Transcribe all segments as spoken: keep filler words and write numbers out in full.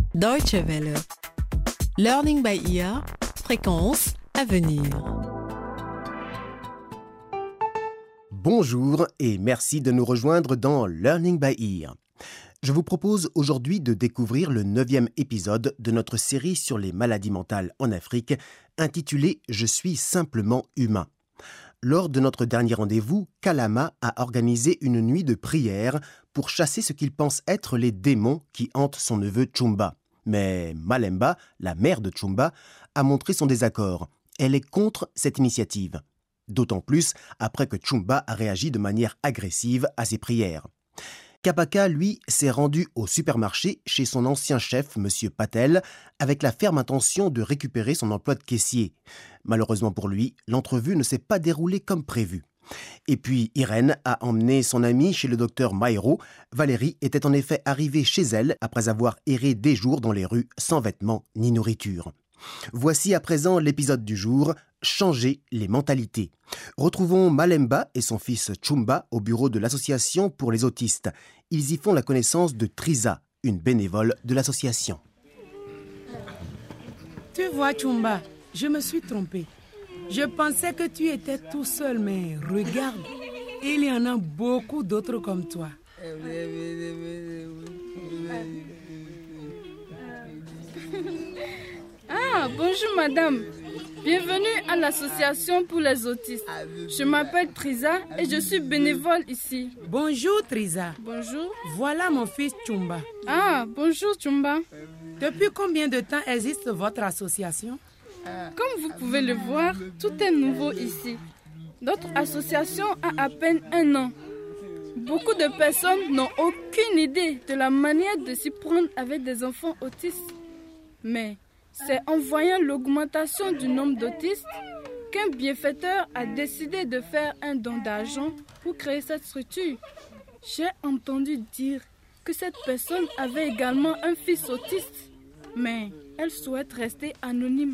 Deutsche Welle. Learning by ear. Fréquence à venir. Bonjour et merci de nous rejoindre dans Learning by ear. Je vous propose aujourd'hui de découvrir le neuvième épisode de notre série sur les maladies mentales en Afrique, intitulé « Je suis simplement humain ». Lors de notre dernier rendez-vous, Kalama a organisé une nuit de prière pour chasser ce qu'il pense être les démons qui hantent son neveu Chumba. Mais Malemba, la mère de Chumba, a montré son désaccord. Elle est contre cette initiative. D'autant plus après que Chumba a réagi de manière agressive à ses prières. Kabaka, lui, s'est rendu au supermarché chez son ancien chef, M. Patel, avec la ferme intention de récupérer son emploi de caissier. Malheureusement pour lui, l'entrevue ne s'est pas déroulée comme prévu. Et puis Irène a emmené son amie chez le docteur Maïro. Valérie était en effet arrivée chez elle après avoir erré des jours dans les rues sans vêtements ni nourriture. Voici à présent l'épisode du jour, Changer les mentalités. Retrouvons Malemba et son fils Chumba au bureau de l'association pour les autistes. Ils y font la connaissance de Trisa, une bénévole de l'association. Tu vois Chumba, je me suis trompée. Je pensais que tu étais tout seul, mais regarde, il y en a beaucoup d'autres comme toi. Ah, bonjour madame. Bienvenue à l'association pour les autistes. Je m'appelle Trisa et je suis bénévole ici. Bonjour Trisa. Bonjour. Voilà mon fils Chumba. Ah, bonjour Chumba. Depuis combien de temps existe votre association? Comme vous pouvez le voir, tout est nouveau ici. Notre association a à peine un an. Beaucoup de personnes n'ont aucune idée de la manière de s'y prendre avec des enfants autistes. Mais c'est en voyant l'augmentation du nombre d'autistes qu'un bienfaiteur a décidé de faire un don d'argent pour créer cette structure. J'ai entendu dire que cette personne avait également un fils autiste, mais elle souhaite rester anonyme.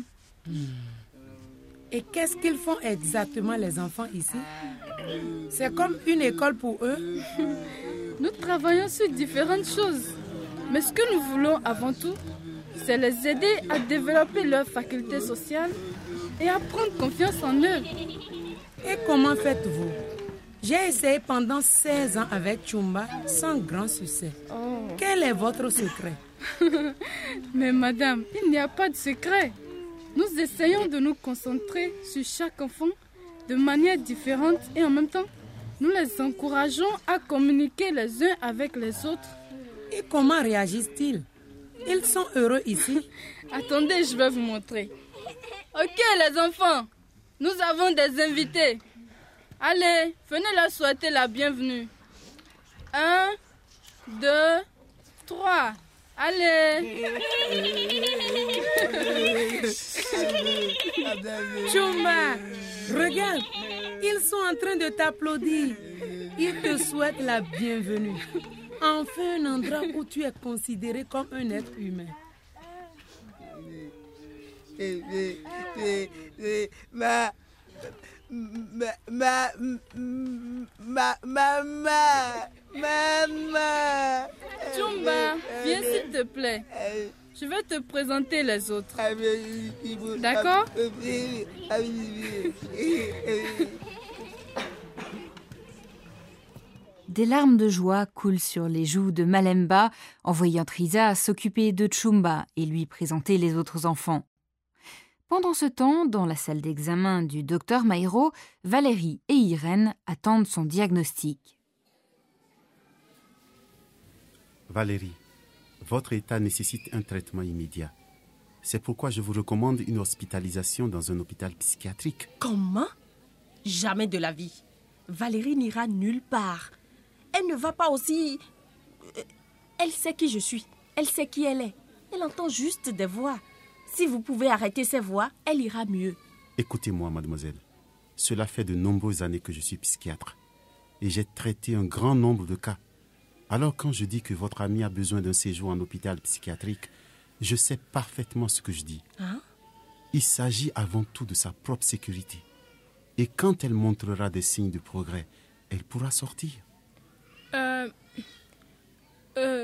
Et qu'est-ce qu'ils font exactement les enfants ici? C'est comme une école pour eux? Nous travaillons sur différentes choses, mais ce que nous voulons avant tout, c'est les aider à développer leurs facultés sociales et à prendre confiance en eux. Et comment faites-vous? J'ai essayé pendant seize ans avec Chumba sans grand succès. Oh. Quel est votre secret? Mais madame, il n'y a pas de secret. Nous essayons de nous concentrer sur chaque enfant de manière différente et en même temps, nous les encourageons à communiquer les uns avec les autres. Et comment réagissent-ils? Ils sont heureux ici? Attendez, je vais vous montrer. Ok les enfants, nous avons des invités. Allez, venez leur souhaiter la bienvenue. Un, deux, trois. Allez. Chumba, regarde, ils sont en train de t'applaudir. Ils te souhaitent la bienvenue. Enfin un endroit où tu es considéré comme un être humain. Ma... Ma... Ma... Ma... Maman... Maman... Chumba, viens s'il te plaît. Je vais te présenter les autres. D'accord? Des larmes de joie coulent sur les joues de Malemba en voyant Trisa s'occuper de Chumba et lui présenter les autres enfants. Pendant ce temps, dans la salle d'examen du docteur Maïro, Valérie et Irène attendent son diagnostic. Valérie, votre état nécessite un traitement immédiat. C'est pourquoi je vous recommande une hospitalisation dans un hôpital psychiatrique. Comment? Jamais de la vie. Valérie n'ira nulle part. Elle ne va pas aussi... Elle sait qui je suis. Elle sait qui elle est. Elle entend juste des voix. Si vous pouvez arrêter ces voix, elle ira mieux. Écoutez-moi, mademoiselle. Cela fait de nombreuses années que je suis psychiatre. Et j'ai traité un grand nombre de cas. Alors quand je dis que votre amie a besoin d'un séjour en hôpital psychiatrique, je sais parfaitement ce que je dis. Hein? Il s'agit avant tout de sa propre sécurité. Et quand elle montrera des signes de progrès, elle pourra sortir. Euh... Euh...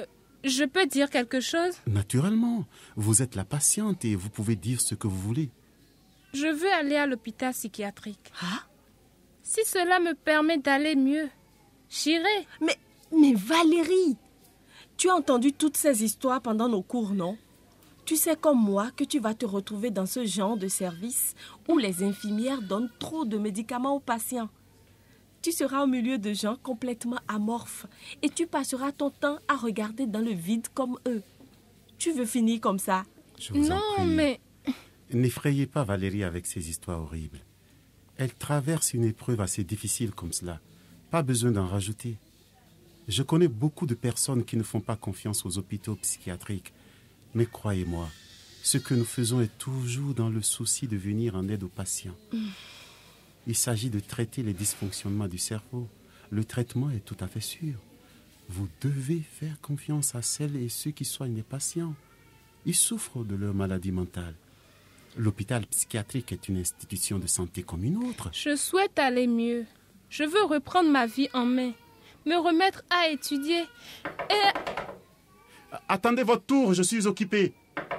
je peux dire quelque chose? Naturellement, vous êtes la patiente et vous pouvez dire ce que vous voulez. Je veux aller à l'hôpital psychiatrique. Ah? Si cela me permet d'aller mieux, j'irai. Mais, mais Valérie, tu as entendu toutes ces histoires pendant nos cours, non? Tu sais comme moi que tu vas te retrouver dans ce genre de service où les infirmières donnent trop de médicaments aux patients. Tu seras au milieu de gens complètement amorphes et tu passeras ton temps à regarder dans le vide comme eux. Tu veux finir comme ça? Je vous en Non, prie. mais... N'effrayez pas Valérie avec ces histoires horribles. Elle traverse une épreuve assez difficile comme cela. Pas besoin d'en rajouter. Je connais beaucoup de personnes qui ne font pas confiance aux hôpitaux psychiatriques. Mais croyez-moi, ce que nous faisons est toujours dans le souci de venir en aide aux patients. Mm. Il s'agit de traiter les dysfonctionnements du cerveau. Le traitement est tout à fait sûr. Vous devez faire confiance à celles et ceux qui soignent les patients. Ils souffrent de leur maladie mentale. L'hôpital psychiatrique est une institution de santé comme une autre. Je souhaite aller mieux. Je veux reprendre ma vie en main, me remettre à étudier et... Attendez votre tour, je suis occupé.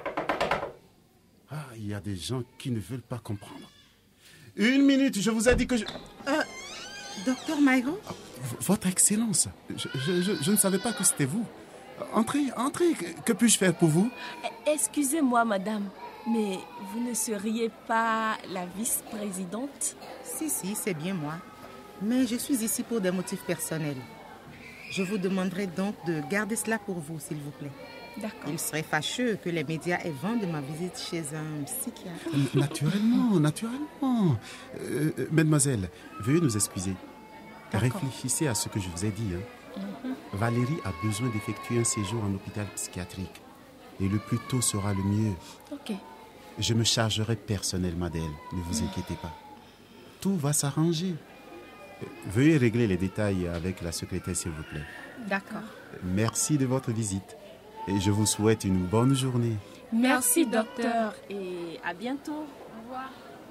Ah, il y a des gens qui ne veulent pas comprendre. Une minute, je vous ai dit que je... Euh, docteur Myron? Ah, votre Excellence, je, je, je, je ne savais pas que c'était vous. Entrez, entrez, que, que puis-je faire pour vous? Excusez-moi, madame, mais vous ne seriez pas la vice-présidente? Si, si, c'est bien moi. Mais je suis ici pour des motifs personnels. Je vous demanderai donc de garder cela pour vous, s'il vous plaît. D'accord. Il serait fâcheux que les médias aient vent de ma visite chez un psychiatre. Naturellement, naturellement. Euh, mademoiselle, veuillez nous excuser. D'accord. Réfléchissez à ce que je vous ai dit. Hein. Mm-hmm. Valérie a besoin d'effectuer un séjour en hôpital psychiatrique. Et le plus tôt sera le mieux. Ok. Je me chargerai personnellement d'elle. Ne vous mm. inquiétez pas. Tout va s'arranger. Veuillez régler les détails avec la secrétaire, s'il vous plaît. D'accord. Merci de votre visite. Et je vous souhaite une bonne journée. Merci, docteur. Et à bientôt. Au revoir.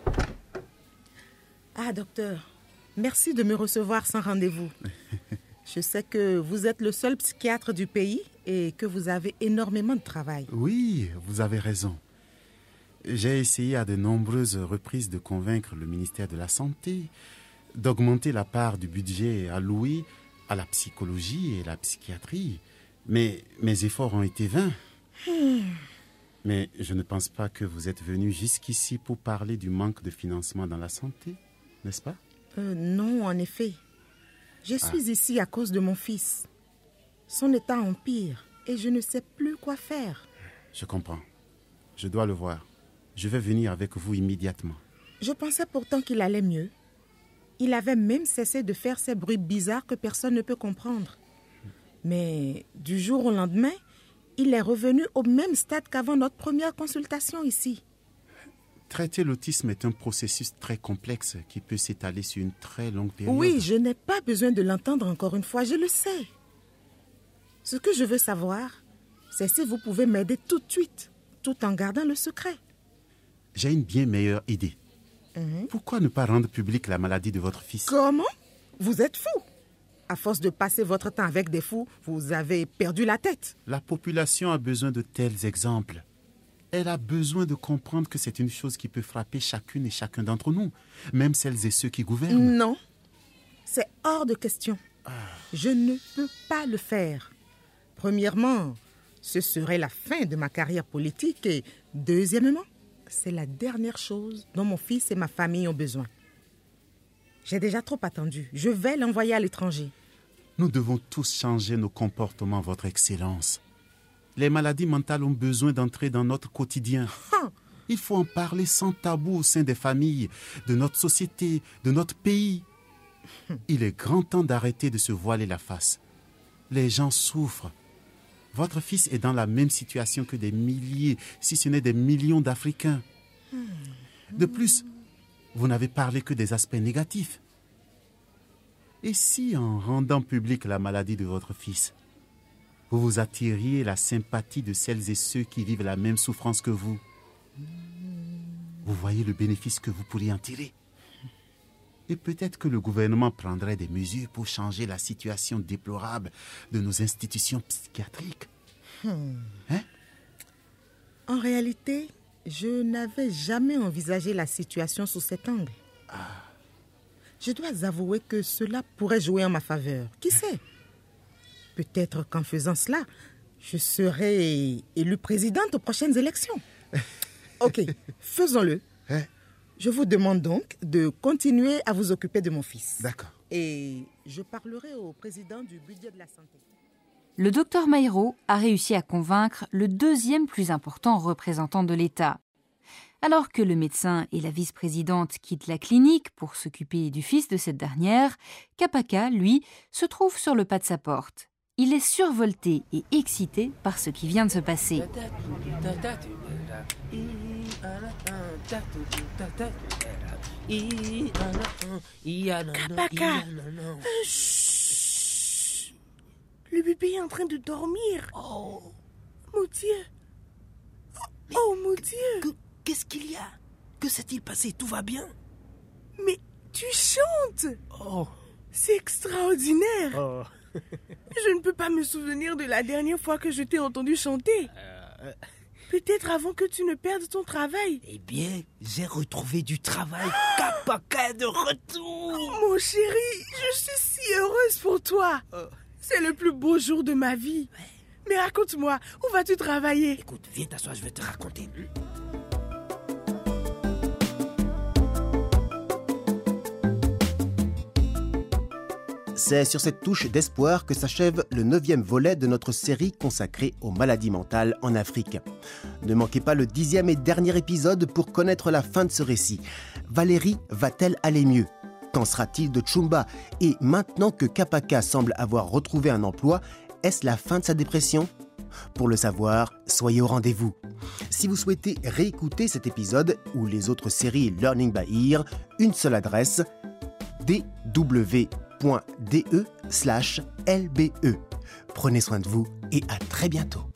Ah, docteur, merci de me recevoir sans rendez-vous. Je sais que vous êtes le seul psychiatre du pays et que vous avez énormément de travail. Oui, vous avez raison. J'ai essayé à de nombreuses reprises de convaincre le ministère de la Santé d'augmenter la part du budget alloué à la psychologie et la psychiatrie. Mais mes efforts ont été vains. Hmm. Mais je ne pense pas que vous êtes venu jusqu'ici pour parler du manque de financement dans la santé, n'est-ce pas? euh, Non, en effet. Je suis ah. ici à cause de mon fils. Son état empire et je ne sais plus quoi faire. Je comprends. Je dois le voir. Je vais venir avec vous immédiatement. Je pensais pourtant qu'il allait mieux. Il avait même cessé de faire ces bruits bizarres que personne ne peut comprendre. Mais du jour au lendemain, il est revenu au même stade qu'avant notre première consultation ici. Traiter l'autisme est un processus très complexe qui peut s'étaler sur une très longue période. Oui, je n'ai pas besoin de l'entendre encore une fois, je le sais. Ce que je veux savoir, c'est si vous pouvez m'aider tout de suite, tout en gardant le secret. J'ai une bien meilleure idée. Mmh. Pourquoi ne pas rendre publique la maladie de votre fils? Comment? Vous êtes fou! À force de passer votre temps avec des fous, vous avez perdu la tête. La population a besoin de tels exemples. Elle a besoin de comprendre que c'est une chose qui peut frapper chacune et chacun d'entre nous, même celles et ceux qui gouvernent. Non, c'est hors de question. Ah. Je ne peux pas le faire. Premièrement, ce serait la fin de ma carrière politique et deuxièmement, c'est la dernière chose dont mon fils et ma famille ont besoin. J'ai déjà trop attendu. Je vais l'envoyer à l'étranger. Nous devons tous changer nos comportements, Votre Excellence. Les maladies mentales ont besoin d'entrer dans notre quotidien. Ah. Il faut en parler sans tabou au sein des familles, de notre société, de notre pays. Il est grand temps d'arrêter de se voiler la face. Les gens souffrent. Votre fils est dans la même situation que des milliers, si ce n'est des millions d'Africains. De plus, vous n'avez parlé que des aspects négatifs. Et si, en rendant publique la maladie de votre fils, vous vous attiriez la sympathie de celles et ceux qui vivent la même souffrance que vous? Vous voyez le bénéfice que vous pourriez en tirer. Et peut-être que le gouvernement prendrait des mesures pour changer la situation déplorable de nos institutions psychiatriques. Hmm. Hein? En réalité, je n'avais jamais envisagé la situation sous cet angle. Ah. Je dois avouer que cela pourrait jouer en ma faveur. Qui sait? Peut-être qu'en faisant cela, je serai élue présidente aux prochaines élections. Ok, faisons-le. Hein? Je vous demande donc de continuer à vous occuper de mon fils. D'accord. Et je parlerai au président du budget de la santé. Le docteur Mayro a réussi à convaincre le deuxième plus important représentant de l'État. Alors que le médecin et la vice-présidente quittent la clinique pour s'occuper du fils de cette dernière, Kapaka, lui, se trouve sur le pas de sa porte. Il est survolté et excité par ce qui vient de se passer. Kapaka, chut. Le bébé est en train de dormir. Oh, Mon Dieu. Oh, mon Dieu. que- qu'est-ce qu'il y a? Que s'est-il passé? Tout va bien? Mais tu chantes. Oh, C'est extraordinaire. oh. Je ne peux pas me souvenir de la dernière fois que je t'ai entendu chanter. Peut-être avant que tu ne perdes ton travail. Eh bien, j'ai retrouvé du travail. Kapaka est de retour. Mon chéri, je suis si heureuse pour toi. C'est le plus beau jour de ma vie. Mais raconte-moi, où vas-tu travailler? Écoute, viens t'asseoir, je vais te raconter. C'est sur cette touche d'espoir que s'achève le neuvième volet de notre série consacrée aux maladies mentales en Afrique. Ne manquez pas le dixième et dernier épisode pour connaître la fin de ce récit. Valérie va-t-elle aller mieux? Qu'en sera-t-il de Chumba? Et maintenant que Kapaka semble avoir retrouvé un emploi, est-ce la fin de sa dépression? Pour le savoir, soyez au rendez-vous. Si vous souhaitez réécouter cet épisode ou les autres séries Learning by Ear, une seule adresse, d w point d e slash l b e. Prenez soin de vous et à très bientôt.